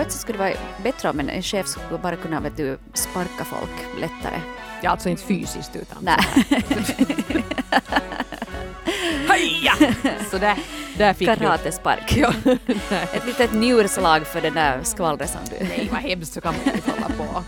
ett sätt skulle det vara bättre om en chef skulle bara kunna sparka folk lättare. Ja, alltså inte fysiskt utan. Nej. Heja! Så där fick karatespark. Ja. Ett litet njurslag för den där skvallret som du... Nej, vad hemskt, så kan man inte hålla på.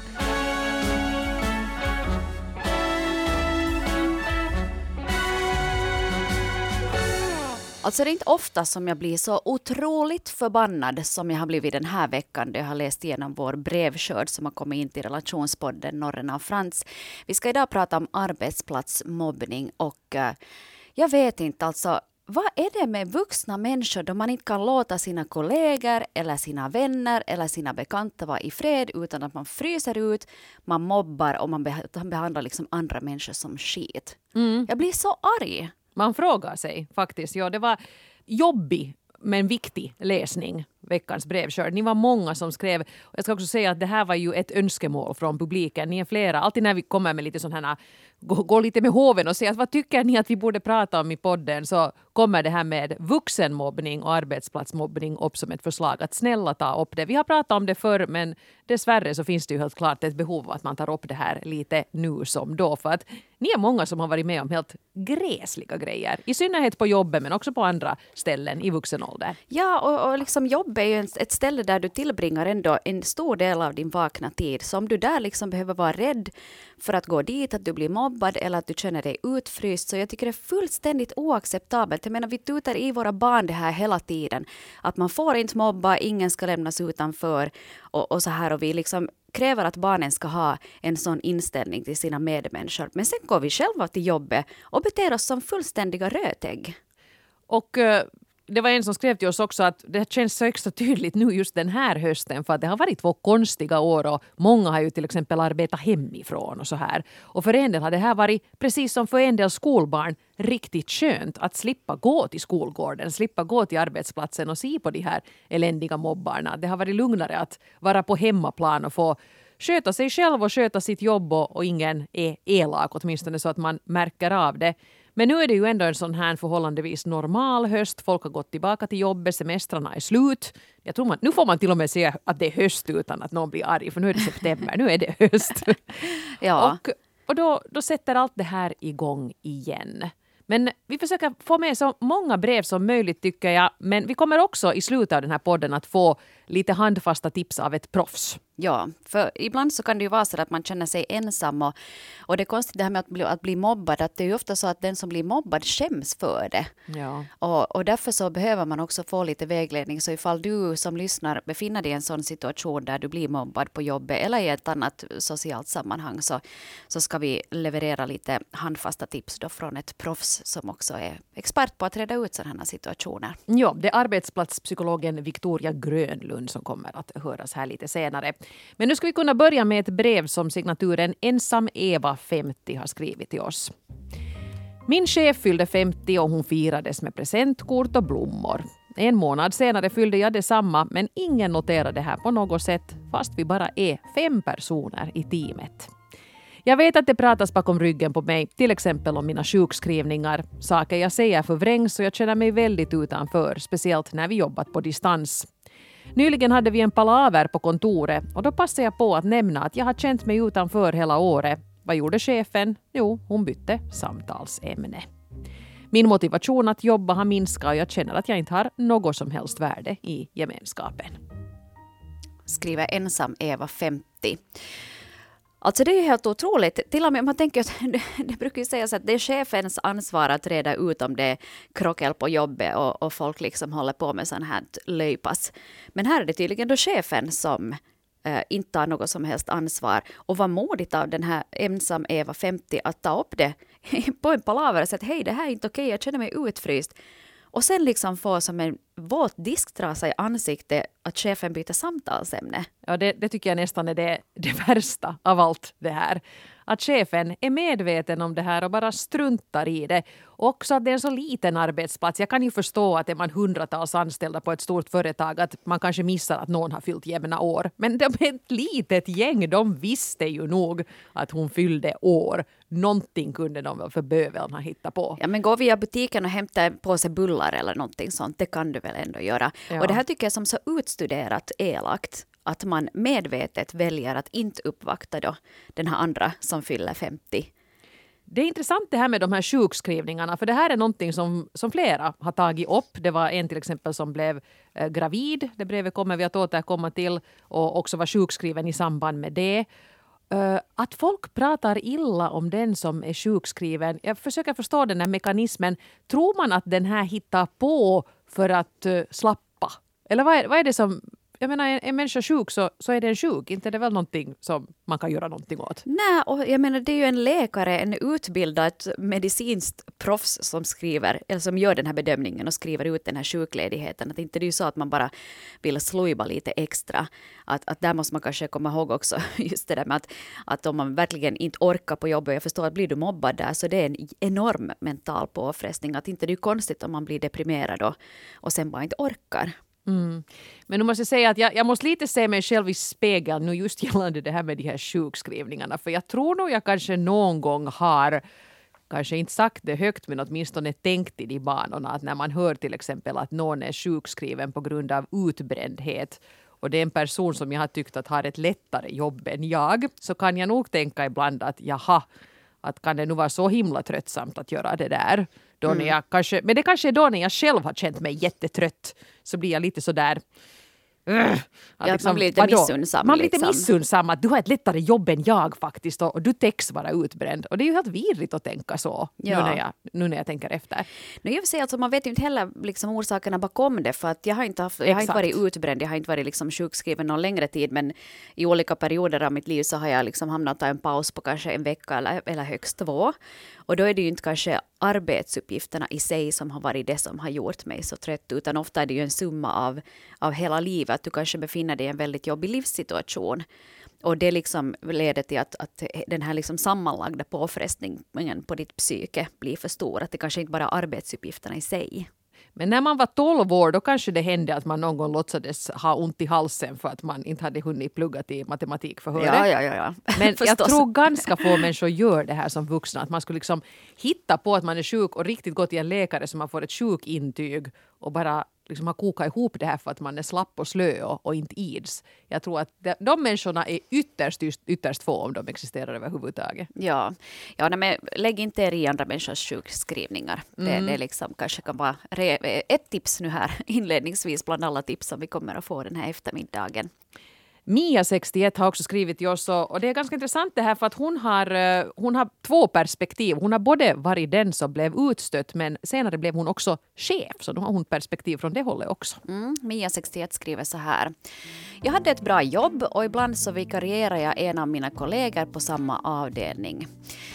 Alltså det är inte ofta som jag blir så otroligt förbannad som jag har blivit den här veckan då jag har läst igenom vår brevskörd som har kommit in till relationspodden Norren av Frans. Vi ska idag prata om arbetsplatsmobbning och jag vet inte alltså, vad är det med vuxna människor då man inte kan låta sina kollegor eller sina vänner eller sina bekanta vara i fred utan att man fryser ut, man mobbar och man behandlar liksom andra människor som skit. Jag blir så arg. Man frågar sig faktiskt. Ja, det var jobbig men viktig läsning, veckans brevskörd. Ni var många som skrev. Och jag ska också säga att det här var ju ett önskemål från publiken. Ni är flera. Alltid när vi kommer med lite sån här, gå lite med hoven och säga att vad tycker ni att vi borde prata om i podden, så kommer det här med vuxenmobbning och arbetsplatsmobbning upp som ett förslag. Att snälla ta upp det. Vi har pratat om det förr, men dessvärre så finns det ju helt klart ett behov att man tar upp det här lite nu som då. För att ni är många som har varit med om helt gräsliga grejer. I synnerhet på jobbet men också på andra ställen i vuxen ålder. Ja, och liksom jobb är ju ett ställe där du tillbringar ändå en stor del av din vakna tid. Så om du där liksom behöver vara rädd för att gå dit, att du blir mobbad eller att du känner dig utfryst, så jag tycker det är fullständigt oacceptabelt. Jag menar, vi tutar i våra barn det här hela tiden. Att man får inte mobba, ingen ska lämnas utanför och så här, och vi liksom kräver att barnen ska ha en sån inställning till sina medmänniskor. Men sen går vi själva till jobbet och beter oss som fullständiga rötägg. Och det var en som skrev till oss också att det känns så extra tydligt nu just den här hösten, för att det har varit 2 konstiga år och många har ju till exempel arbetat hemifrån och så här. Och för en del har det här varit, precis som för en del skolbarn, riktigt skönt att slippa gå till skolgården, slippa gå till arbetsplatsen och se på de här eländiga mobbarna. Det har varit lugnare att vara på hemmaplan och få sköta sig själv och sköta sitt jobb och ingen är elak, åtminstone så att man märker av det. Men nu är det ju ändå en sån här förhållandevis normal höst. Folk har gått tillbaka till jobbet, semestrarna är slut. Jag tror nu får man till och med säga att det är höst utan att någon blir arg, för nu är det september, nu är det höst. Ja. Och då sätter allt det här igång igen. Men vi försöker få med så många brev som möjligt, tycker jag. Men vi kommer också i slutet av den här podden att få lite handfasta tips av ett proffs. Ja, för ibland så kan det ju vara så att man känner sig ensam och det är konstigt det här med att bli mobbad, att det är ju ofta så att den som blir mobbad skäms för det. Ja. Och därför så behöver man också få lite vägledning, så ifall du som lyssnar befinner dig i en sån situation där du blir mobbad på jobbet eller i ett annat socialt sammanhang, så ska vi leverera lite handfasta tips då från ett proffs som också är expert på att reda ut sådana här situationer. Ja, det är arbetsplatspsykologen Victoria Grönlund som kommer att höras här lite senare. Men nu ska vi kunna börja med ett brev som signaturen Ensam Eva 50 har skrivit till oss. Min chef fyllde 50 och hon firades med presentkort och blommor. 1 månad senare fyllde jag detsamma, men ingen noterade det här på något sätt, fast vi bara är 5 personer i teamet. Jag vet att det pratas bakom ryggen på mig, till exempel om mina sjukskrivningar. Saker jag säger förvrängs och jag känner mig väldigt utanför, speciellt när vi jobbat på distans. Nyligen hade vi en palaver på kontoret och då passade jag på att nämna att jag har känt mig utanför hela året. Vad gjorde chefen? Jo, hon bytte samtalsämne. Min motivation att jobba har minskat och jag känner att jag inte har något som helst värde i gemenskapen. Skriver Ensam Eva 50. Alltså det är ju helt otroligt. Till och med man tänker att det brukar ju sägas att det är chefens ansvar att reda ut om det är krockel på jobbet och folk liksom håller på med sån här löjpass. Men här är det tydligen då chefen som inte har något som helst ansvar. Och vad modigt av den här Ensam Eva 50 att ta upp det på en palaver och säga att hej, det här är inte okej, jag känner mig utfryst. Och sen liksom få som en våt disktrasa i ansiktet att chefen byter samtalsämne. Ja, det tycker jag nästan är det värsta av allt det här. Att chefen är medveten om det här och bara struntar i det. Och också att det är en så liten arbetsplats. Jag kan ju förstå att är man 100-tals anställda på ett stort företag att man kanske missar att någon har fyllt jämna år. Men de är ett litet gäng. De visste ju nog att hon fyllde år. Någonting kunde de väl för böveln ha hittat på. Ja, men gå via butiken och hämta på sig bullar eller någonting sånt. Det kan du väl ändå göra. Ja. Och det här tycker jag som så utstuderat elakt. att man medvetet väljer att inte uppvakta då den här andra som fyller 50. Det är intressant det här med de här sjukskrivningarna, för det här är någonting som flera har tagit upp. Det var en till exempel som blev gravid, det brevet kommer vi att återkomma till, och också var sjukskriven i samband med det. Att folk pratar illa om den som är sjukskriven, jag försöker förstå den här mekanismen. Tror man att den här hittar på för att slappa? Eller vad är det som... Jag menar, är en människa sjuk så är den sjuk. Inte är det väl någonting som man kan göra någonting åt? Nej, och jag menar det är ju en läkare, en utbildad medicinskt proffs som skriver, eller som gör den här bedömningen och skriver ut den här sjukledigheten. Att inte det är ju så att man bara vill slujba lite extra. Att där måste man kanske komma ihåg också just det där med att om man verkligen inte orkar på jobbet, jag förstår att blir du mobbad där så det är en enorm mental påfrestning. Att inte det är konstigt om man blir deprimerad och sen bara inte orkar. Mm. Men nu måste jag säga att jag måste lite se mig själv i spegeln nu just gällande det här med de här sjukskrivningarna. För jag tror nog jag kanske någon gång har, kanske inte sagt det högt men åtminstone tänkt i de banorna, att när man hör till exempel att någon är sjukskriven på grund av utbrändhet och det är en person som jag har tyckt att har ett lättare jobb än jag, så kan jag nog tänka ibland att jaha, att kan det nu vara så himla tröttsamt att göra det där. Då när jag kanske, men det kanske är då när jag själv har känt mig jättetrött så blir jag lite sådär... Liksom, man blir lite missunnsam. Man blir lite missunnsam att du har ett lättare jobb än jag faktiskt och du täcks vara utbränd. Och det är ju helt vidrigt att tänka så nu när jag tänker efter. Nu jag vill säga alltså, man vet ju inte heller liksom orsakerna bakom det, för att jag har inte varit utbränd, jag har inte varit liksom sjukskriven någon längre tid, men i olika perioder av mitt liv så har jag liksom hamnat att ta en paus på kanske en vecka eller högst 2. Och då är det ju inte kanske arbetsuppgifterna i sig som har varit det som har gjort mig så trött, utan ofta är det ju en summa av hela livet. Att du kanske befinner dig i en väldigt jobbig livssituation. Och det liksom leder till att den här liksom sammanlagda påfrestningen på ditt psyke blir för stor. Att det kanske inte bara är arbetsuppgifterna i sig. Men när man var 12 år då kanske det hände att man någon gång låtsades ha ont i halsen för att man inte hade hunnit plugga till matematik för höre. Ja. Men jag tror ganska få människor gör det här som vuxna. Att man skulle liksom hitta på att man är sjuk och riktigt gå till en läkare som man får ett sjukintyg och bara liksom har kokat ihop det här för att man är slapp och slö och inte ids. Jag tror att de människorna är ytterst få om de existerar överhuvudtaget. Ja, men lägg inte er i andra människors sjukskrivningar. Det liksom kanske kan vara ett tips nu här inledningsvis bland alla tips som vi kommer att få den här eftermiddagen. Mia 61 har också skrivit till oss och det är ganska intressant det här för att hon har 2 perspektiv. Hon har både varit den som blev utstött men senare blev hon också chef, så då har hon perspektiv från det hållet också. Mia 61 skriver så här. Jag hade ett bra jobb och ibland så vikarierar jag en av mina kollegor på samma avdelning.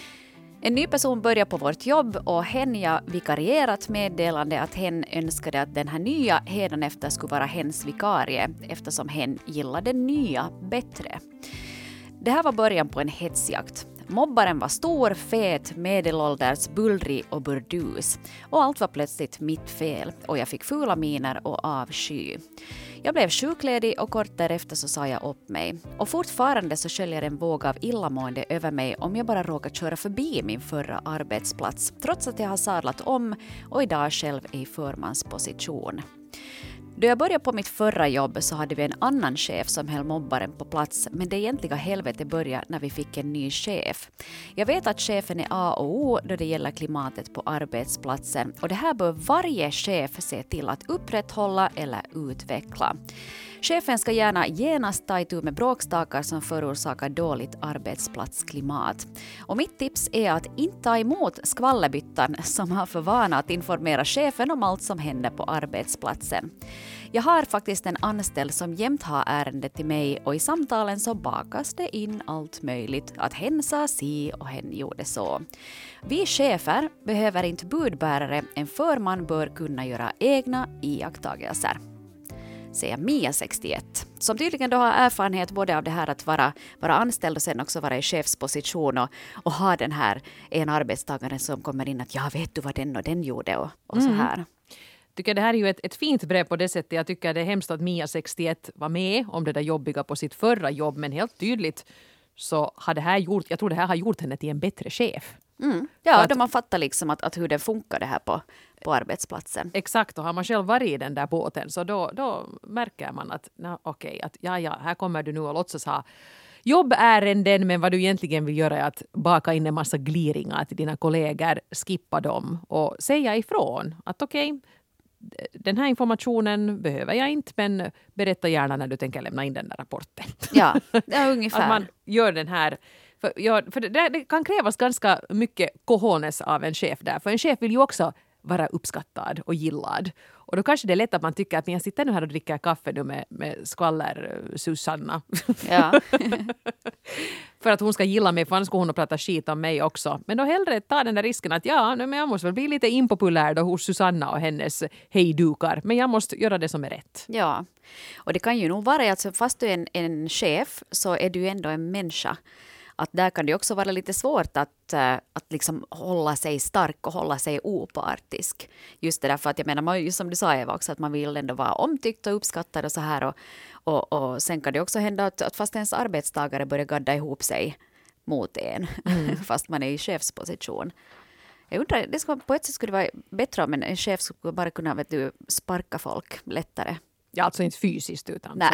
En ny person börjar på vårt jobb och hen jag vikarierat meddelande att hen önskade att den här nya hädanefter skulle vara hens vikarie eftersom hen gillade den nya bättre. Det här var början på en hetsjakt. Mobbaren var stor, fet, medelålders, bullrig och burdus. Och allt var plötsligt mitt fel och jag fick fula miner och avsky. Jag blev sjukledig och kort därefter så sa jag upp mig. Och fortfarande så sköljer en våg av illamående över mig om jag bara råkar köra förbi min förra arbetsplats. Trots att jag har sadlat om och idag själv är i förmansposition. Då jag började på mitt förra jobb så hade vi en annan chef som höll mobbaren på plats, men det egentliga helvetet började när vi fick en ny chef. Jag vet att chefen är A och O då det gäller klimatet på arbetsplatsen och det här bör varje chef se till att upprätthålla eller utveckla. Chefen ska gärna genast ta itu med bråkstakar som förorsakar dåligt arbetsplatsklimat. Och mitt tips är att inte ta emot skvallerbyttan som har för vana att informera chefen om allt som händer på arbetsplatsen. Jag har faktiskt en anställd som jämt har ärendet till mig och i samtalen så bakas det in allt möjligt. Att hen sa si och hen gjorde så. Vi chefer behöver inte budbärare, en förman bör kunna göra egna iakttagelser. Säger Mia 61, som tydligen då har erfarenhet både av det här att vara anställd och sen också vara i chefsposition och ha den här en arbetstagare som kommer in att jag vet du vad den och den gjorde och så här. Jag tycker det här är ju ett fint brev på det sättet. Jag tycker det är hemskt att Mia 61 var med om det där jobbiga på sitt förra jobb men helt tydligt så har det här gjort, jag tror det här har gjort henne till en bättre chef. Ja, då man fattar liksom att hur det funkar det här på arbetsplatsen. Exakt, och har man själv varit i den där båten så då märker man att okej, att här kommer du nu och låtsas ha jobbärenden, men vad du egentligen vill göra är att baka in en massa gliringar till dina kollegor, skippa dem och säga ifrån att okej, den här informationen behöver jag inte, men berätta gärna när du tänker lämna in den där rapporten. Ja, ungefär. Att man gör den här. För det kan krävas ganska mycket cojones av en chef där. För en chef vill ju också vara uppskattad och gillad. Och då kanske det är lätt att man tycker att jag sitter nu här och dricker kaffe nu med skvaller Susanna. Ja. För att hon ska gilla mig, för annars ska hon prata skit om mig också. Men då hellre ta den där risken att men jag måste väl bli lite impopulär då hos Susanna och hennes hejdukar. Men jag måste göra det som är rätt. Ja, och det kan ju nog vara att fast du är en chef så är du ändå en människa. Att där kan det också vara lite svårt att liksom hålla sig stark och hålla sig opartisk. Just det där, för att jag menar, just som du sa Eva också, att man vill ändå vara omtyckt och uppskattad och så här. Och sen kan det också hända att fast ens arbetstagare börjar gadda ihop sig mot en, fast man är i chefsposition. Jag undrar, på ett sätt skulle det vara bättre om en chef skulle bara kunna sparka folk lättare. Ja, alltså inte fysiskt utan Nej.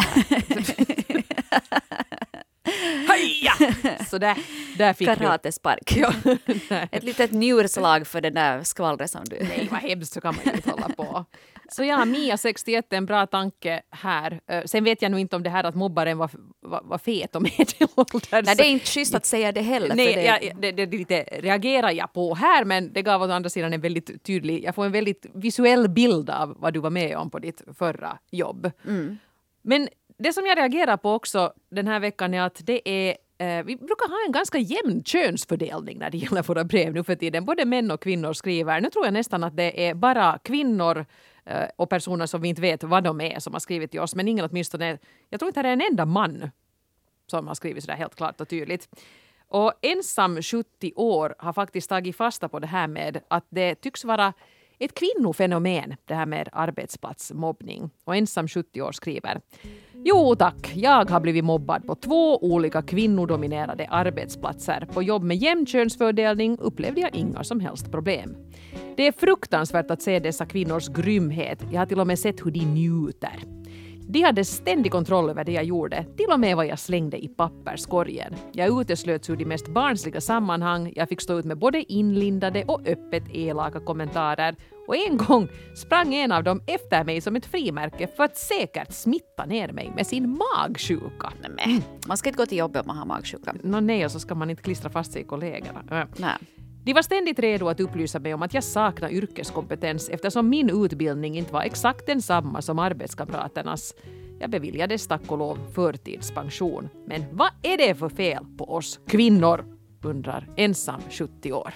Heja! Så där fick karatespark. Ja. Ett litet njurslag för den där skvallret som du... Nej, vad hemskt, så kan man ju inte hålla på. Så ja, Mia 61, en bra tanke här. Sen vet jag nog inte om det här att mobbaren var fet och medelålders. Nej, det är inte schysst att säga det heller. Nej, det lite reagerar jag på här, men det gav å andra sidan en väldigt tydlig... Jag får en väldigt visuell bild av vad du var med om på ditt förra jobb. Men det som jag reagerar på också den här veckan är att det är vi brukar ha en ganska jämn könsfördelning när det gäller våra brev nu för tiden. Både män och kvinnor skriver. Nu tror jag nästan att det är bara kvinnor och personer som vi inte vet vad de är som har skrivit till oss. Men ingen åtminstone, jag tror inte det är en enda man som har skrivit sådär helt klart och tydligt. Och ensam 70 år har faktiskt tagit fasta på det här med att det tycks vara ett kvinnofenomen, det här med arbetsplatsmobbning. Och ensam 70 år skriver: Jo tack, jag har blivit mobbad på 2 olika kvinnodominerade arbetsplatser. På jobb med jämn könsfördelning upplevde jag inga som helst problem. Det är fruktansvärt att se dessa kvinnors grymhet. Jag har till och med sett hur de njuter. De hade ständig kontroll över det jag gjorde, till och med vad jag slängde i papperskorgen. Jag uteslöts ur de mest barnsliga sammanhang. Jag fick stå ut med både inlindade och öppet elaka kommentarer. Och en gång sprang en av dem efter mig som ett frimärke för att säkert smitta ner mig med sin magsjuka. Nej, man ska inte gå till jobbet om man har magsjuka. Nej, och så ska man inte klistra fast sig i kollegorna. Nej. De var ständigt redo att upplysa mig om att jag saknar yrkeskompetens eftersom min utbildning inte var exakt densamma som arbetskamraternas. Jag beviljades tack och lov förtidspension. Men vad är det för fel på oss kvinnor? Undrar ensam 70 år.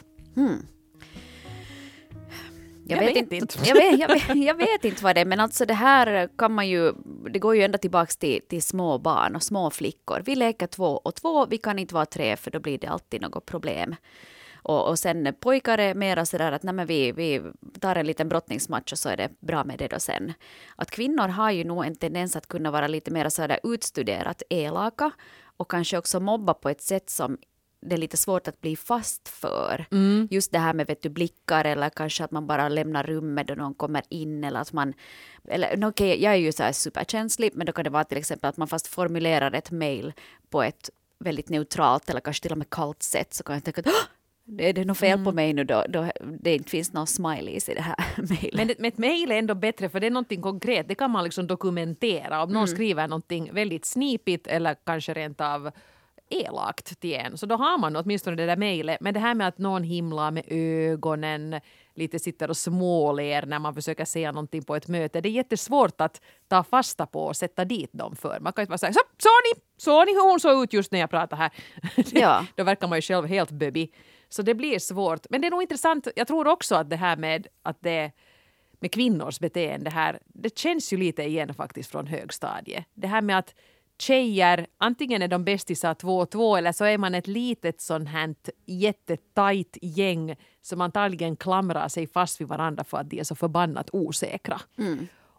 Jag vet inte vad det är, men alltså det här kan man ju, det går ju ända tillbaka till små barn och små flickor. Vi leker 2 och 2, vi kan inte vara 3 för då blir det alltid något problem. Och sen pojkar är mera sådär att vi tar en liten brottningsmatch och så är det bra med det då sen. Att kvinnor har ju nog en tendens att kunna vara lite mer sådär utstuderat elaka och kanske också mobba på ett sätt som det är lite svårt att bli fast för. Just det här med blickar eller kanske att man bara lämnar rummet då någon kommer in eller att man... Okej, jag är ju så här superkänslig, men då kan det vara till exempel att man fast formulerar ett mejl på ett väldigt neutralt eller kanske till och med kallt sätt, så kan jag tänka att är det något fel på mig nu då det inte finns någon smileys i det här mejlet. Men ett mejl är ändå bättre för det är någonting konkret. Det kan man liksom dokumentera. Om någon skriver någonting väldigt snipigt eller kanske rent av elakt till en. Så då har man åtminstone det där mejlet. Men det här med att någon himlar med ögonen, lite sitter och småler när man försöker säga någonting på ett möte. Det är jättesvårt att ta fasta på och sätta dit dem för. Man kan inte bara säga, såg ni hur hon såg ut just när jag pratade här? Ja. Då verkar man ju själv helt böbig. Så det blir svårt. Men det är nog intressant. Jag tror också att det här med att det med kvinnors beteende här, det känns ju lite igen faktiskt från högstadiet. Det här med att tjejer, antingen är de bästisar 2-2 eller så är man ett litet sånt här jättetajt gäng som antagligen klamrar sig fast vid varandra för att de är så förbannat osäkra.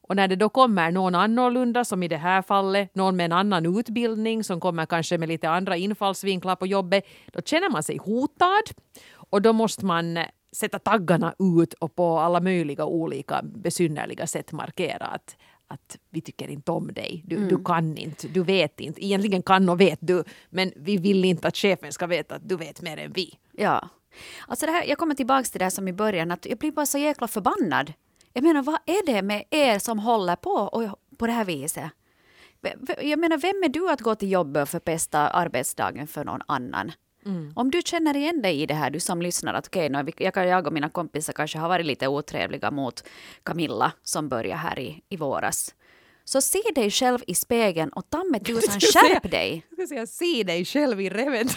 Och när det då kommer någon annorlunda, som i det här fallet, någon med en annan utbildning som kommer kanske med lite andra infallsvinklar på jobbet, då känner man sig hotad och då måste man sätta taggarna ut och på alla möjliga olika besynnerliga sätt markera att vi tycker inte om dig. Du kan inte, du vet inte. Egentligen kan och vet du, men vi vill inte att chefen ska veta att du vet mer än vi. Ja. Alltså det här, jag kommer tillbaka till det som i början, att jag blir bara så jäkla förbannad. Jag menar, vad är det med er som håller på det här viset? Jag menar, vem är du att gå till jobbet och förpesta arbetsdagen för någon annan? Om du känner igen dig i det här, du som lyssnar, att okej, jag och mina kompisar kanske har varit lite otrevliga mot Camilla som börjar här i våras. Så se dig själv i spegeln och ta med tusan, skärp dig. Jag ska säga, se dig själv i reven.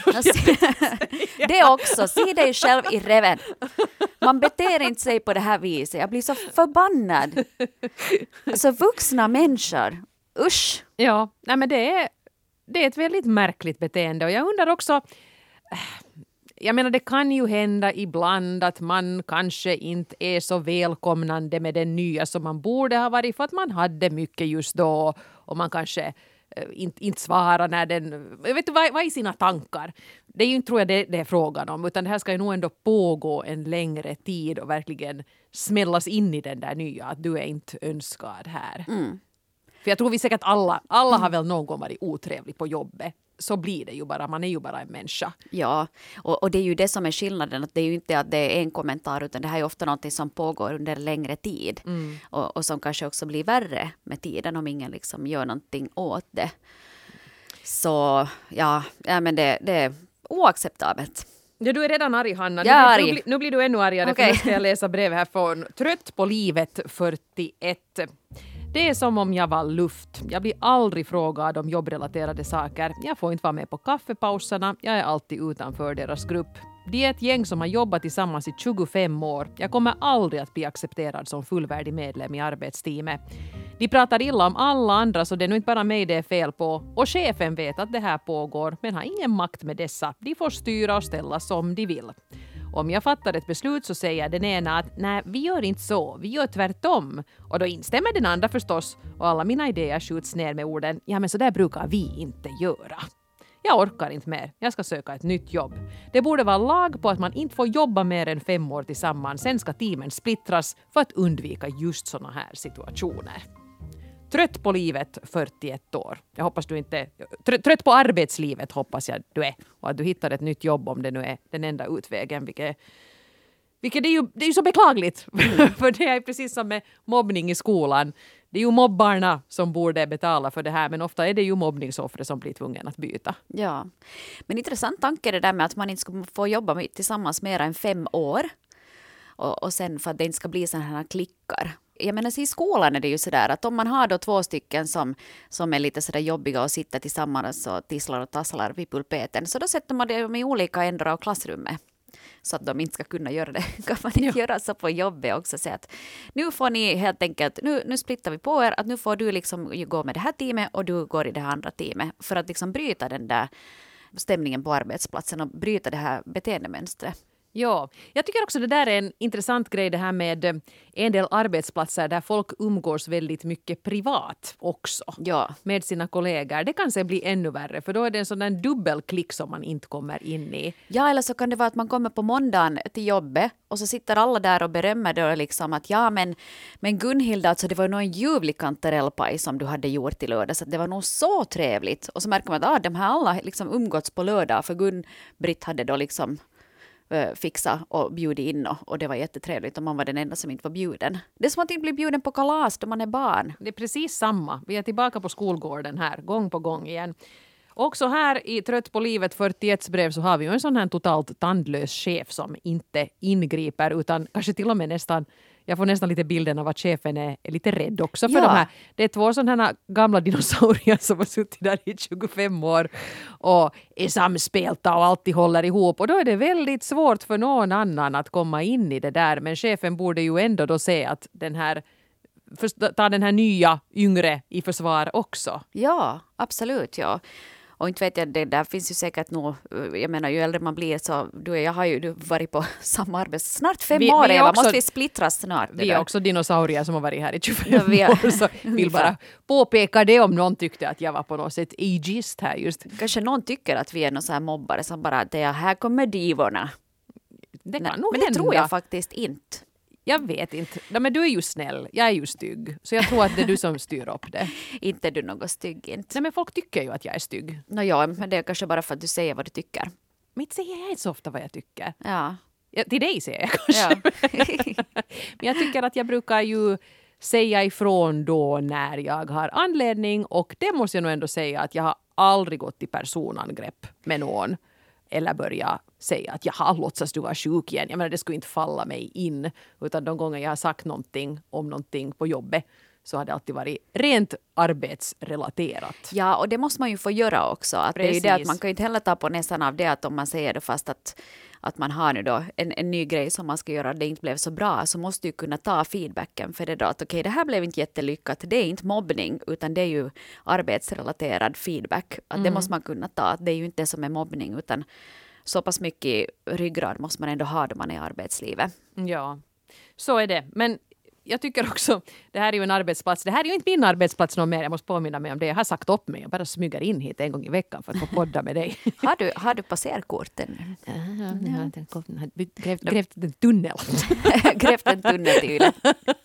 Det också, se dig själv i reven. Man beter inte sig på det här viset. Jag blir så förbannad. Alltså vuxna människor, usch. Ja, nej men det är ett väldigt märkligt beteende och jag undrar också, jag menar det kan ju hända ibland att man kanske inte är så välkomnande med den nya som man borde ha varit för att man hade mycket just då och man kanske inte svarar när den, vet du vad är sina tankar? Det är ju inte, tror jag, det är frågan om, utan det här ska ju nog ändå pågå en längre tid och verkligen smällas in i den där nya, att du är inte önskad här. För jag tror vi säkert alla har väl någon gång varit otrevlig på jobbet. Så blir det ju bara, man är ju bara en människa. Ja, och det är ju det som är skillnaden, att det är ju inte att det är en kommentar, utan det här är ofta något som pågår under längre tid och som kanske också blir värre med tiden om ingen liksom gör någonting åt det. Så ja men det är oacceptabelt. Ja, du är redan arg, Hanna. Nu blir du ännu argare, Okay. för nu ska jag läsa brev här från Trött på livet 41. Det är som om jag var luft. Jag blir aldrig frågad om jobbrelaterade saker. Jag får inte vara med på kaffepauserna. Jag är alltid utanför deras grupp. De är ett gäng som har jobbat tillsammans i 25 år. Jag kommer aldrig att bli accepterad som fullvärdig medlem i arbetsteamet. De pratar illa om alla andra, så det är nog inte bara mig det är fel på. Och chefen vet att det här pågår men har ingen makt med dessa. De får styra och ställa som de vill. Om jag fattar ett beslut så säger den ena att nej, vi gör inte så, vi gör tvärtom. Och då instämmer den andra förstås och alla mina idéer skjuts ner med orden ja men så där brukar vi inte göra. Jag orkar inte mer, jag ska söka ett nytt jobb. Det borde vara lag på att man inte får jobba mer än 5 år tillsammans, sen ska teamen splittras för att undvika just såna här situationer. Trött på livet 41 år. Jag hoppas du inte... Trött på arbetslivet hoppas jag du är. Och att du hittar ett nytt jobb om det nu är den enda utvägen. Vilket det är ju så beklagligt. För det är precis som med mobbning i skolan. Det är ju mobbarna som borde betala för det här. Men ofta är det ju mobbningsoffret som blir tvungen att byta. Ja, men intressant tanke det där med att man inte ska få jobba tillsammans mer än 5 år. Och sen för att det inte ska bli sådana här klickar. Jag menar, i skolan är det ju sådär att om man har då 2 stycken som är lite sådär jobbiga och sitter tillsammans och tisslar och tasslar vid pulpeten, så då sätter man dem i olika ändar av klassrummet så att de inte ska kunna göra det. Kan man inte göra så på jobbet också, så att nu får ni helt enkelt, nu splittar vi på er, att nu får du liksom gå med det här teamet och du går i det här andra teamet, för att liksom bryta den där stämningen på arbetsplatsen och bryta det här beteendemönstret. Ja, jag tycker också det där är en intressant grej, det här med en del arbetsplatser där folk umgås väldigt mycket privat också med sina kollegor. Det kan se bli ännu värre, för då är det en sån där dubbelklick som man inte kommer in i. Ja, eller så kan det vara att man kommer på måndagen till jobbet och så sitter alla där och berömmer då liksom att ja, men Gunhilda, alltså det var nog en ljuvlig kantarellpaj som du hade gjort i lördag, så det var nog så trevligt. Och så märker man att de här alla liksom umgåtts på lördag, för Gun-Britt hade då liksom fixa och bjuda in och det var jättetrevligt och man var den enda som inte var bjuden. Det är som att inte bli bjuden på kalas då man är barn. Det är precis samma. Vi är tillbaka på skolgården här, gång på gång igen. Också här i Trött på livet 41 brev så har vi ju en sån här totalt tandlös chef som inte ingriper, utan kanske till och med nästan, jag får nästan lite bilden av att chefen är lite rädd också för de här. Det är 2 sådana här gamla dinosaurier som har suttit där i 25 år och är samspelta och alltid håller ihop. Och då är det väldigt svårt för någon annan att komma in i det där. Men chefen borde ju ändå då se att ta den här nya, yngre i försvar också. Ja, absolut, ja. Och inte vet jag, det där finns ju säkert nog, jag menar ju äldre man blir så, jag har ju varit på samma snart 5 år, Eva, också, måste vi splittras snart? Vi är också dinosaurier som har varit här i 25 Ja, år, så vill bara påpeka det om någon tyckte att jag var på något sätt ageist här just. Kanske någon tycker att vi är någon så här mobbare som bara att här kommer divorna. Det kan Nej, nog men hända. det tror jag faktiskt inte. Jag vet inte. Nej, men du är ju snäll. Jag är ju stygg. Så jag tror att det är du som styr upp det. Inte du något stygg inte. Nej, men folk tycker ju att jag är stygg. Ja, men det är kanske bara för att du säger vad du tycker. Men inte säger jag inte så ofta vad jag tycker. Ja. Ja, till dig säger jag kanske. Ja. Men jag tycker att jag brukar ju säga ifrån då när jag har anledning. Och det måste jag nog ändå säga att jag har aldrig gått i personangrepp med någon. Eller börja säga att jaha, låtsas du vara sjuk igen. Jag menar, det skulle inte falla mig in. Utan de gånger jag har sagt någonting om någonting på jobbet så har det alltid varit rent arbetsrelaterat. Ja, och det måste man ju få göra också. Att det är ju det att man kan ju inte heller ta på nästan av det att om man säger det fast att man har nu då en ny grej som man ska göra, det inte blev så bra, så måste du kunna ta feedbacken för det då att okej, det här blev inte jättelyckat, det är inte mobbning utan det är ju arbetsrelaterad feedback. Att det måste man kunna ta, att det är ju inte det som är mobbning utan så pass mycket ryggrad måste man ändå ha då man är i arbetslivet. Ja, så är det. Men jag tycker också, det här är ju en arbetsplats. Det här är ju inte min arbetsplats någon mer. Jag måste påminna mig om det. Jag har sagt upp mig. Jag bara smyger in hit en gång i veckan för att få podda med dig. Har du passerkorten? Grävt en tunnel. Grävt en tunnel tydligen.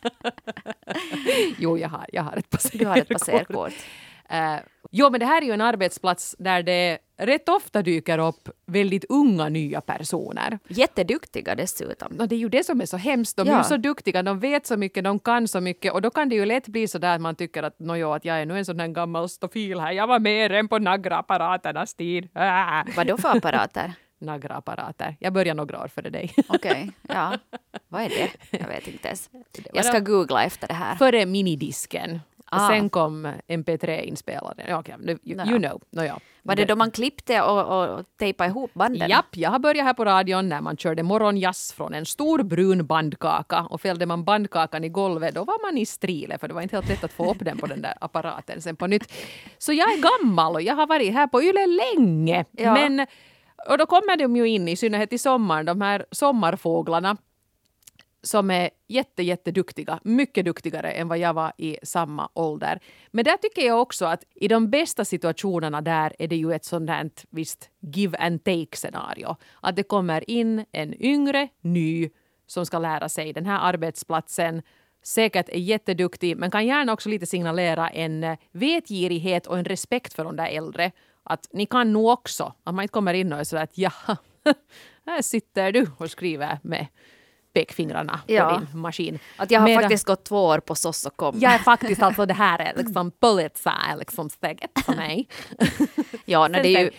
Jo, jag har ett passerkort. Du har ett passerkort. Jo, men det här är ju en arbetsplats där det rätt ofta dyker upp väldigt unga nya personer. Jätteduktiga dessutom. Och det är ju det som är så hemskt. De är ju så duktiga, de vet så mycket, de kan så mycket. Och då kan det ju lätt bli så där att man tycker att, att jag är nu en sån här gammal stofil här. Jag var med än på nagraapparaternas tid. Vad då för apparater? Nagraapparater. Jag börjar några år före dig. Okej, ja. Vad är det? Jag vet inte ens. Jag ska googla efter det här. Före minidisken. Och sen kom MP3-inspelaren. Okay, you know. Ja. Var det då man klippte och tejpade ihop banden? Japp, jag har börjat här på radion när man körde morgonjazz från en stor brun bandkaka. Och fällde man bandkakan i golvet, då var man i strile. För det var inte helt lätt att få upp den på den där apparaten sen på nytt. Så jag är gammal och jag har varit här på Yle länge. Ja. Men, och då kommer de ju in, i synnerhet i sommaren, de här sommarfåglarna. Som är jätteduktiga, mycket duktigare än vad jag var i samma ålder. Men där tycker jag också att i de bästa situationerna där är det ju ett sånt här visst give and take scenario. Att det kommer in en yngre, ny som ska lära sig den här arbetsplatsen. Säkert är jätteduktig men kan gärna också lite signalera en vetgirighet och en respekt för de där äldre. Att ni kan nog också, att man inte kommer in och är så att ja, här sitter du och skriver med pekfingrarna på din maskin. Att jag har faktiskt gått 2 år på SOS och kom. Jag är faktiskt alltså det här är liksom Pulitzer är liksom steget för mig. Ja, det är ju...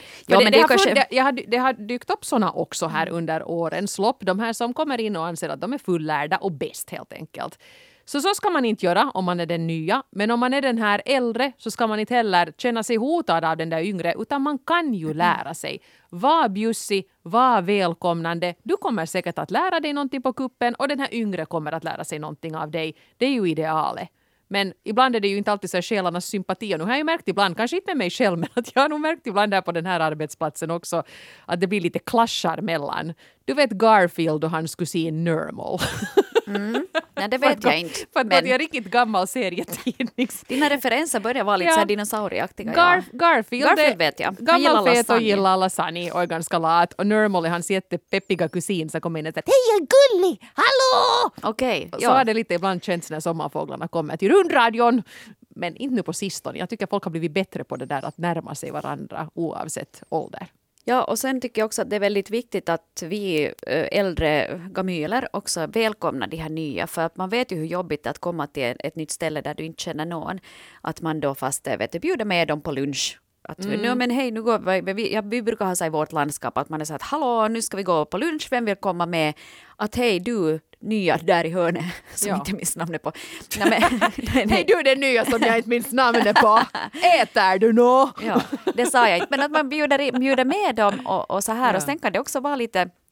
Det har dykt upp såna också här under årens lopp. De här som kommer in och anser att de är fullärda och bäst helt enkelt. Så ska man inte göra om man är den nya. Men om man är den här äldre så ska man inte heller känna sig hotad av den där yngre. Utan man kan ju lära sig. Var bjussig, var välkomnande. Du kommer säkert att lära dig någonting på kuppen. Och den här yngre kommer att lära sig någonting av dig. Det är ju idealet. Men ibland är det ju inte alltid så själarnas sympati. Och nu har jag ju märkt ibland, kanske inte med mig själv, men att jag har nog märkt ibland där på den här arbetsplatsen också att det blir lite klaschar mellan. Du vet Garfield och hans kusin Nermal. Nej, det vet jag inte. För att det är riktigt gammal serietidning. Dina referenser börjar vara lite så här dinosaurieaktiga. Garfield vet jag. Gammal fet och gillar lasagne och är ganska lat. Och Nermal är hans jättepeppiga kusin som kommer in och säger hej, jag är gullig! Hallå! Okej. Så har det lite ibland känts när sommarfåglarna kommer till rundradion. Men inte nu på sistone. Jag tycker folk har blivit bättre på det där att närma sig varandra oavsett ålder. Ja, och sen tycker jag också att det är väldigt viktigt att vi äldre gamyler också välkomnar de här nya. För att man vet ju hur jobbigt det är att komma till ett nytt ställe där du inte känner någon. Att man då fast bjuder med dem på lunch. Att nu, men hej, nu går vi brukar ha så i vårt landskap att man är så att hallå, nu ska vi gå på lunch, vem vill komma med? Att hej, du nya där i hörnet som inte minns namnet på. Nej. Hej, du den nya som jag inte minns namnet på. Äter du nå? Ja, det sa jag inte. Men att man bjuder med dem och så här. Och sen kan det också vara lite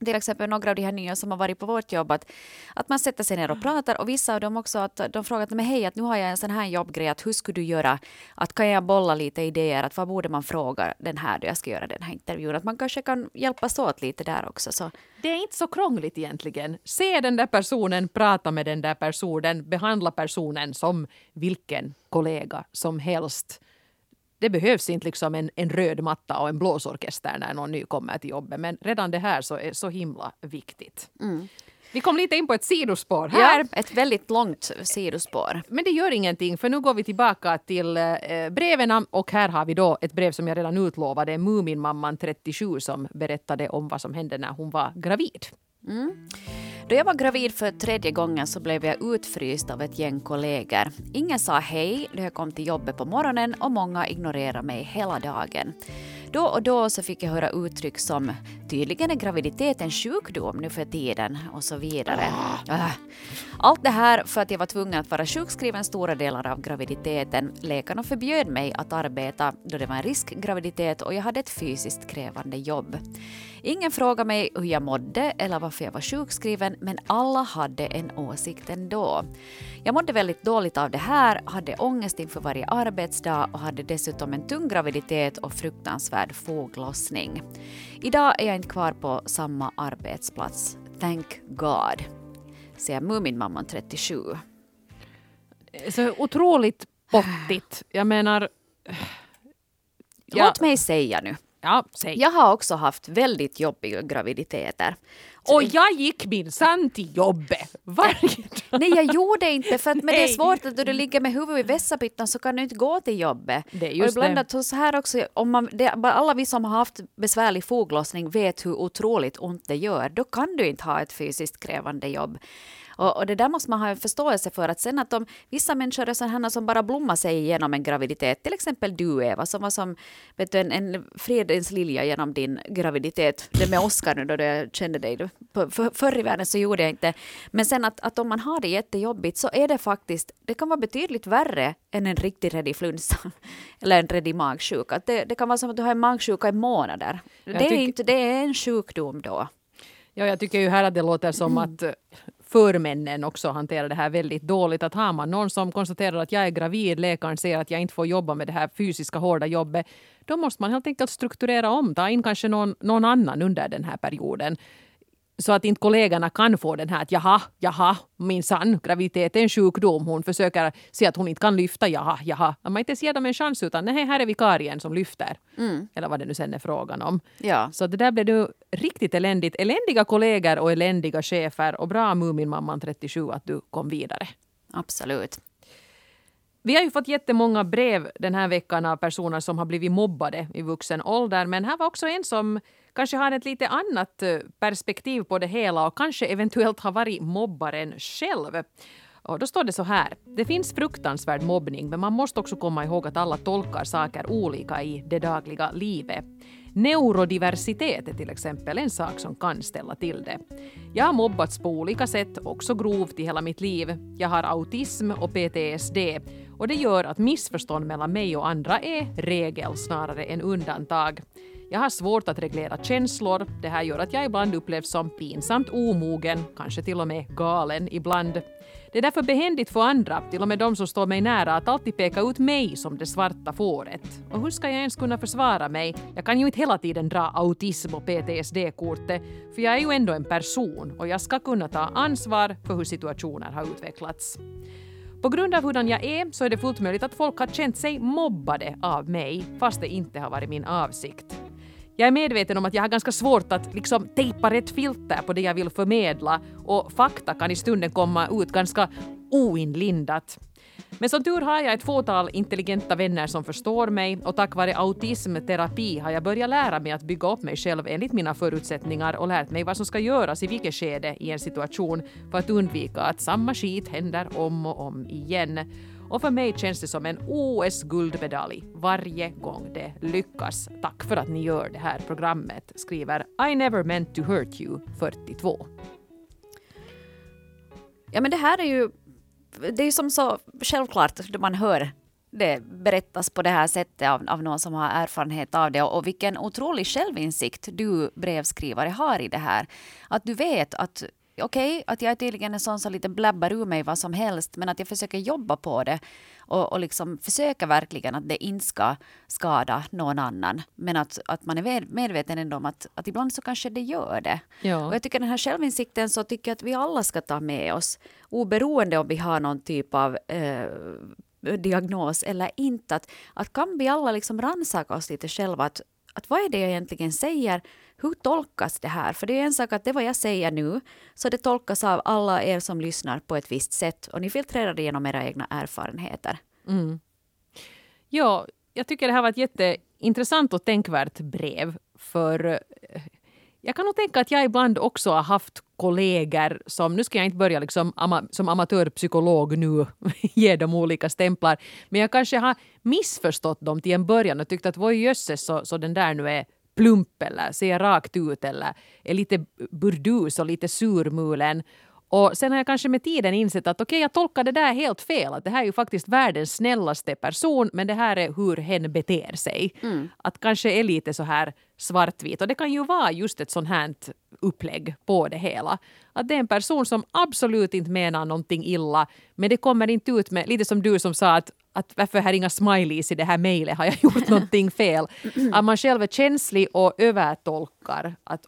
till exempel några av de här nya som har varit på vårt jobb, att man sätter sig ner och pratar, och vissa av dem också att de frågar mig, hej, att nu har jag en sån här jobbgrej, att hur skulle du göra, att kan jag bolla lite idéer, att vad borde man fråga den här då jag ska göra den här intervjun, att man kanske kan hjälpas åt lite där också. Så. Det är inte så krångligt egentligen. Se den där personen, prata med den där personen, behandla personen som vilken kollega som helst. Det behövs inte liksom en röd matta och en blåsorkester när någon ny kommer till jobbet. Men redan det här så är så himla viktigt. Mm. Vi kom lite in på ett sidospår här. Ja, ett väldigt långt sidospår. Men det gör ingenting, för nu går vi tillbaka till breven. Och här har vi då ett brev som jag redan utlovade. Muminmamman 37 som berättade om vad som hände när hon var gravid. Mm. Då jag var gravid för 3:e gången så blev jag utfryst av ett gäng kollegor. Ingen sa hej då jag kom till jobbet på morgonen och många ignorerade mig hela dagen. Då och då så fick jag höra uttryck som tydligen är graviditeten sjukdom nu för tiden och så vidare. Allt det här för att jag var tvungen att vara sjukskriven stora delar av graviditeten. Läkarna förbjöd mig att arbeta då det var en riskgraviditet och jag hade ett fysiskt krävande jobb. Ingen frågade mig hur jag mådde eller varför jag var sjukskriven, men alla hade en åsikt ändå. Jag mådde väldigt dåligt av det här, hade ångest inför varje arbetsdag och hade dessutom en tung graviditet och fruktansvärd foglossning. Idag är jag inte kvar på samma arbetsplats. Thank God, säger Muminmamman 37. Så otroligt pottigt. Jag menar... Låt mig säga nu. Ja, säg. Jag har också haft väldigt jobbiga graviditeter. Och jag gick minsann till jobbet. Nej, jag gjorde inte, för att men det är svårt att du ligger med huvudet i vässapyttan så kan du inte gå till jobbet. Det är just och ibland att så här också, alla vi som har haft besvärlig foglossning vet hur otroligt ont det gör. Då kan du inte ha ett fysiskt krävande jobb. Och det där måste man ha en förståelse för, att sen att om vissa människor är sådana som bara blommar sig igenom en graviditet, till exempel du Eva som var som vet du, en fredens lilja genom din graviditet, det med Oscar nu då jag kände dig, förr i världen så gjorde jag inte, men sen att om man har det jättejobbigt så är det faktiskt, det kan vara betydligt värre än en riktig redig flunsa eller en redig magsjuka. Det kan vara som att du har en magsjuka i månader. Det är en sjukdom då. Ja, jag tycker ju här att det låter som att förmännen också hanterar det här väldigt dåligt. Att har man någon som konstaterar att jag är gravid, läkaren säger att jag inte får jobba med det här fysiska hårda jobbet, då måste man helt enkelt strukturera om, ta in kanske någon annan under den här perioden. Så att inte kollegorna kan få den här att jaha, minsann, graviditet är en sjukdom. Hon försöker se att hon inte kan lyfta, jaha. Man inte ger dem en chans utan nej, här är vikarien som lyfter. Eller vad det nu sen är frågan om. Ja. Så det där blev nu riktigt eländigt. Eländiga kollegor och eländiga chefer. Och bra Muminmamman 37 att du kom vidare. Absolut. Vi har ju fått jättemånga brev den här veckan av personer som har blivit mobbade i vuxen ålder. Men här var också en som kanske har ett lite annat perspektiv på det hela och kanske eventuellt har varit mobbaren själv. Och då står det så här. Det finns fruktansvärd mobbning, men man måste också komma ihåg att alla tolkar saker olika i det dagliga livet. Neurodiversitet är till exempel en sak som kan ställa till det. Jag har mobbats på olika sätt, också grovt i hela mitt liv. Jag har autism och PTSD och det gör att missförstånd mellan mig och andra är regel snarare än undantag. Jag har svårt att reglera känslor. Det här gör att jag ibland upplevs som pinsamt omogen, kanske till och med galen ibland. Det är därför behändigt för andra, till och med de som står mig nära, att alltid peka ut mig som det svarta fåret. Och hur ska jag ens kunna försvara mig? Jag kan ju inte hela tiden dra autism och PTSD-kortet, för jag är ju ändå en person och jag ska kunna ta ansvar för hur situationer har utvecklats. På grund av hurdan jag är så är det fullt möjligt att folk har känt sig mobbade av mig, fast det inte har varit min avsikt. Jag är medveten om att jag har ganska svårt att liksom tejpa rätt filter på det jag vill förmedla och fakta kan i stunden komma ut ganska oinlindat. Men som tur har jag ett fåtal intelligenta vänner som förstår mig och tack vare autismterapi har jag börjat lära mig att bygga upp mig själv enligt mina förutsättningar och lärt mig vad som ska göras i vilket skede i en situation för att undvika att samma skit händer om och om igen. Och för mig känns det som en OS-guldmedalj varje gång det lyckas. Tack för att ni gör det här programmet, skriver I never meant to hurt you 42. Ja, men det här är ju, det är som så självklart när man hör det berättas på det här sättet av någon som har erfarenhet av det. Och vilken otrolig självinsikt du brevskrivare har i det här. Att du vet att att jag är tydligen en sån som lite blabbar ur mig vad som helst, men att jag försöker jobba på det och liksom försöker verkligen att det inte ska skada någon annan. Men att man är medveten ändå om att ibland så kanske det gör det. Ja. Och jag tycker den här självinsikten så tycker jag att vi alla ska ta med oss, oberoende om vi har någon typ av diagnos eller inte. Att kan vi alla liksom rannsaka oss lite själva, att vad är det jag egentligen säger? Hur tolkas det här? För det är en sak att det vad jag säger nu, så det tolkas av alla er som lyssnar på ett visst sätt. Och ni filtrerar det genom era egna erfarenheter. Mm. Ja, jag tycker det här var ett jätteintressant och tänkvärt brev. För jag kan nog tänka att jag ibland också har haft kollegor som, nu ska jag inte börja liksom som amatörpsykolog nu ge dem olika stämplar. Men jag kanske har missförstått dem till en början och tyckt att vad jösses så den där nu är plump eller ser rakt ut eller är lite burdus och lite surmulen. Och sen har jag kanske med tiden insett att jag tolkar det där helt fel. Att det här är ju faktiskt världens snällaste person, men det här är hur hen beter sig. Att kanske är lite så här svartvit. Och det kan ju vara just ett sånt här upplägg på det hela. Att det är en person som absolut inte menar någonting illa, men det kommer inte ut med, lite som du som sa att varför har inga smileys i det här mejlet, har jag gjort någonting fel? Att man själv är känslig och övertolkar att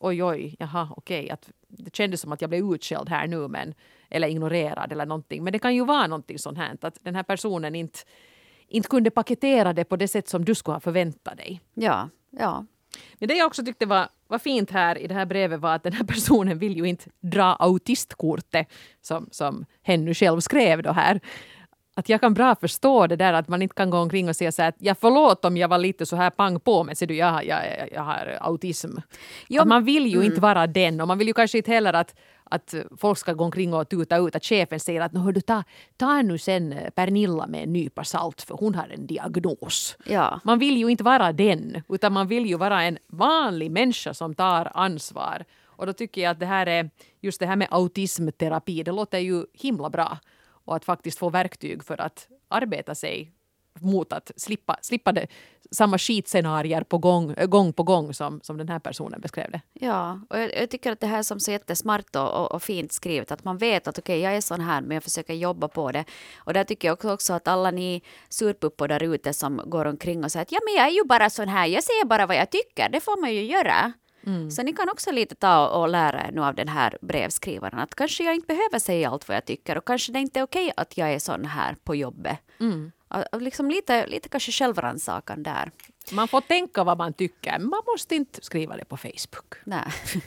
att det kändes som att jag blev utskälld här nu, eller ignorerad eller någonting. Men det kan ju vara någonting sånt här, att den här personen inte kunde paketera det på det sätt som du skulle ha förväntat dig. Ja. Men det jag också tyckte var fint här i det här brevet var att den här personen vill ju inte dra autistkortet som hen nu själv skrev då här. Att jag kan bra förstå det där att man inte kan gå omkring och säga så här att jag förlåt om jag var lite så här pang på men ser du jag har autism. Att man vill ju inte vara den och man vill ju kanske inte heller att folk ska gå omkring och tuta ut att chefen säger att hör du ta nu sen Pernilla med en nypa salt för hon har en diagnos. Ja. Man vill ju inte vara den utan man vill ju vara en vanlig människa som tar ansvar. Och då tycker jag att det här är just det här med autismterapi, det låter ju himla bra. Och att faktiskt få verktyg för att arbeta sig mot att slippa det, samma skitscenarier gång på gång som den här personen beskrev det. Ja, och jag tycker att det här är som så jättesmart och fint skrivet. Att man vet att jag är sån här men jag försöker jobba på det. Och där tycker jag också att alla ni surpuppor där ute som går omkring och säger att men jag är ju bara sån här, jag säger bara vad jag tycker, det får man ju göra. Så ni kan också lite ta och lära er nu av den här brevskrivaren att kanske jag inte behöver säga allt vad jag tycker och kanske det inte är okej att jag är sån här på jobbet. Liksom lite kanske självrannsakan där. Man får tänka vad man tycker, men man måste inte skriva det på Facebook. Nej,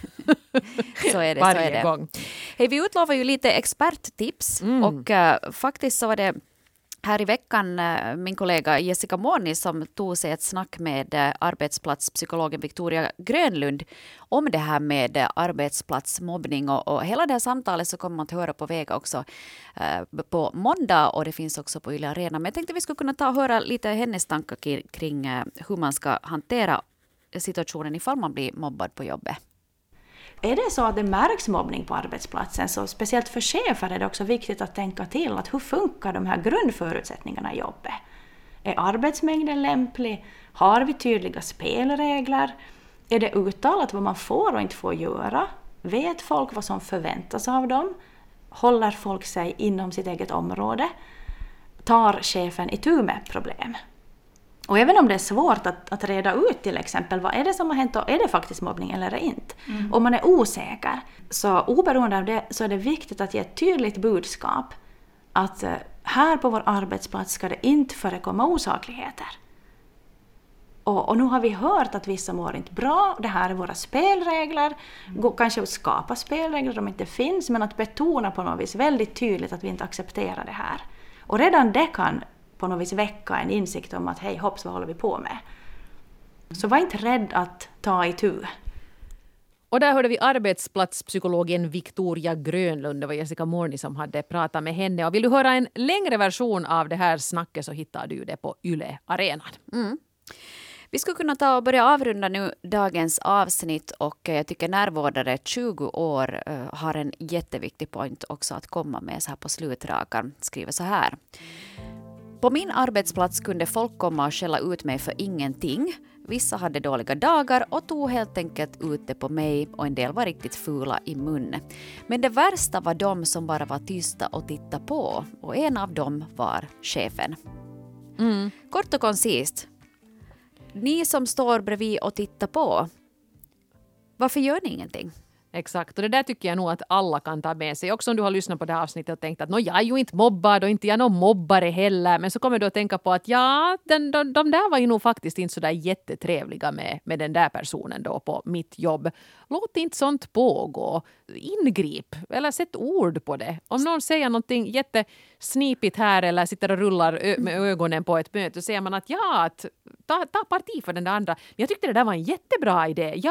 så är det. Varje gång. Hej, vi utlovar ju lite experttips och faktiskt så var det här i veckan min kollega Jessica Morni som tog sig ett snack med arbetsplatspsykologen Victoria Grönlund om det här med arbetsplatsmobbning och hela det här samtalet så kommer man att höra på Vega också på måndag och det finns också på Yle Arena. Men jag tänkte vi skulle kunna ta och höra lite hennes tankar kring hur man ska hantera situationen ifall man blir mobbad på jobbet. Är det så att det märks mobbning på arbetsplatsen så speciellt för chefer är det också viktigt att tänka till att hur funkar de här grundförutsättningarna i jobbet? Är arbetsmängden lämplig? Har vi tydliga spelregler? Är det uttalat vad man får och inte får göra? Vet folk vad som förväntas av dem? Håller folk sig inom sitt eget område? Tar chefen itu med problem? Och även om det är svårt att reda ut till exempel vad är det som har hänt och är det faktiskt mobbning eller inte. Om man är osäker så oberoende av det så är det viktigt att ge ett tydligt budskap att här på vår arbetsplats ska det inte förekomma osakligheter. Och nu har vi hört att vissa mår inte bra, det här är våra spelregler, kanske att skapa spelregler om inte finns men att betona på något vis väldigt tydligt att vi inte accepterar det här. Och redan det kan på något vis väcka en insikt om att hej hopps vad håller vi på med. Så var inte rädd att ta itu. Och där hörde vi arbetsplatspsykologen Victoria Grönlund. Det var Jessica Morni som hade pratat med henne. Och vill du höra en längre version av det här snacket så hittar du det på Yle Arenan. Vi skulle kunna ta och börja avrunda nu dagens avsnitt och jag tycker närvårdare 20 år har en jätteviktig point också att komma med så här på slutrakan. Skriver så här. På min arbetsplats kunde folk komma och skälla ut mig för ingenting. Vissa hade dåliga dagar och tog helt enkelt ut det på mig och en del var riktigt fula i mun. Men det värsta var de som bara var tysta och tittade på. Och en av dem var chefen. Kort och koncist. Ni som står bredvid och tittar på. Varför gör ni ingenting? Exakt, och det där tycker jag nog att alla kan ta med sig. Också om du har lyssnat på det här avsnittet och tänkt att jag är ju inte mobbad och inte jag någon mobbare heller. Men så kommer du att tänka på att de där var ju nog faktiskt inte så där jättetrevliga med den där personen då på mitt jobb. Låt inte sånt pågå. Ingrip eller sätt ord på det. Om någon säger någonting jättesnipigt här eller sitter och rullar med ögonen på ett möte, så säger man att ta parti för den där andra. Men jag tyckte det där var en jättebra idé.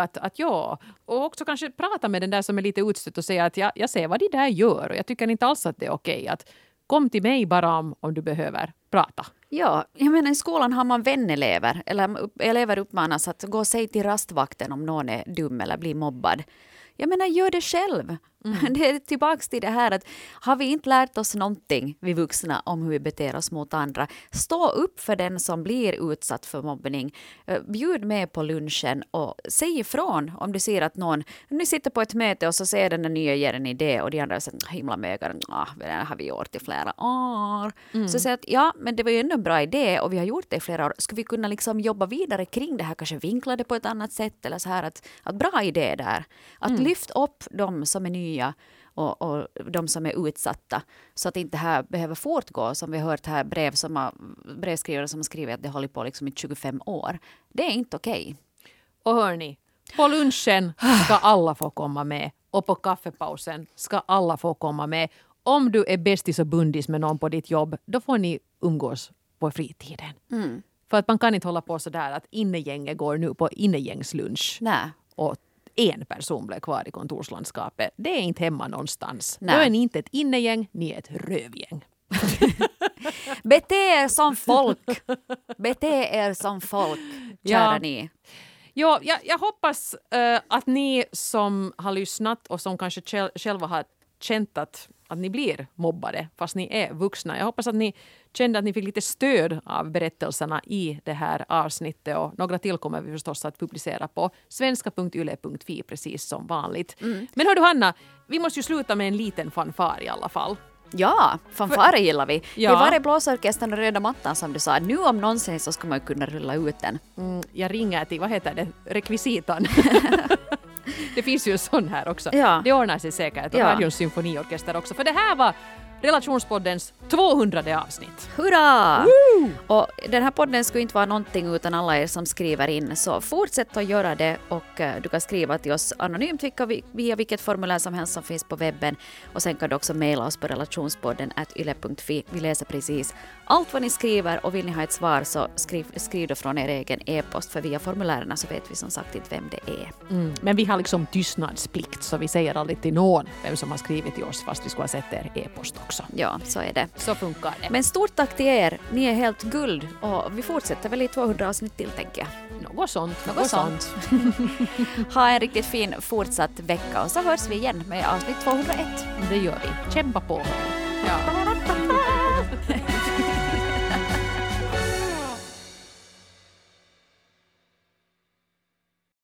Och också kanske prata med den där som är lite utstött och säga att jag ser vad de där gör och jag tycker inte alls att det är okej. Att kom till mig bara om du behöver prata. Ja, jag menar i skolan har man vänelever eller elever uppmanas att gå och säga till rastvakten om någon är dum eller blir mobbad. Jag menar, gör det själv. Det är tillbaka till det här att har vi inte lärt oss någonting, vi vuxna, om hur vi beter oss mot andra. Stå upp för den som blir utsatt för mobbning. Bjud med på lunchen och säg ifrån om du ser att ni sitter på ett möte och så säger den nya ger en idé och de andra säger himla mögare, det har vi gjort i flera år. Så säger att men det var ju ändå en bra idé och vi har gjort det i flera år. Ska vi kunna liksom jobba vidare kring det här, kanske vinkla det på ett annat sätt eller så här att bra idé där. Att lyft upp de som är nya och de som är utsatta så att det inte här behöver fortgå som vi har hört här brevskrivare som har skrivit att det håller på liksom i 25 år. Det är inte okej. Och hörni, på lunchen ska alla få komma med och på kaffepausen ska alla få komma med. Om du är bästis och bundis med någon på ditt jobb, då får ni umgås på fritiden. För att man kan inte hålla på så där att innegänget går nu på innegängslunch. Nej. Och en person blev kvar i kontorslandskapet. Det är inte hemma någonstans. Nej. Då är ni inte ett innegäng, ni är ett rövgäng. Bete er som folk. Bete er som folk, kära ni. Ja, jag hoppas att ni som har lyssnat och som kanske själva har känt att ni blir mobbade fast ni är vuxna. Jag hoppas att ni kände att ni fick lite stöd av berättelserna i det här avsnittet. Och några till kommer vi förstås att publicera på svenska.yle.fi precis som vanligt. Men hör du Hanna, vi måste ju sluta med en liten fanfar i alla fall. Ja, fanfarer gillar vi. Ja. Det var det blåsorkestern och röda mattan som du sa. Nu om någonsin så ska man ju kunna rulla ut den. Jag ringer till, rekvisitan. Det finns ju en sån här också. Ja. Det ordnar sig säkert. Och Radions symfoniorkester också. För det här var Relationspoddens 200:e avsnitt. Hurra! Woo! Och den här podden skulle inte vara någonting utan alla er som skriver in. Så fortsätt att göra det och du kan skriva till oss anonymt via vilket formulär som helst som finns på webben. Och sen kan du också mejla oss på relationspodden@yle.fi. Vi läser precis allt vad ni skriver och vill ni ha ett svar så skriv då från er egen e-post. För via formulärerna så vet vi som sagt inte vem det är. Men vi har liksom tystnadsplikt så vi säger aldrig till någon vem som har skrivit till oss fast vi skulle ha sett er e-post också. Ja, så är det. Så funkar det. Men stort tack till er. Ni är helt guld och vi fortsätter väl i 200 avsnitt till tänker jag. Något sånt. Ha en riktigt fin fortsatt vecka och så hörs vi igen med avsnitt 201. Det gör vi. Kämpa på. Ja.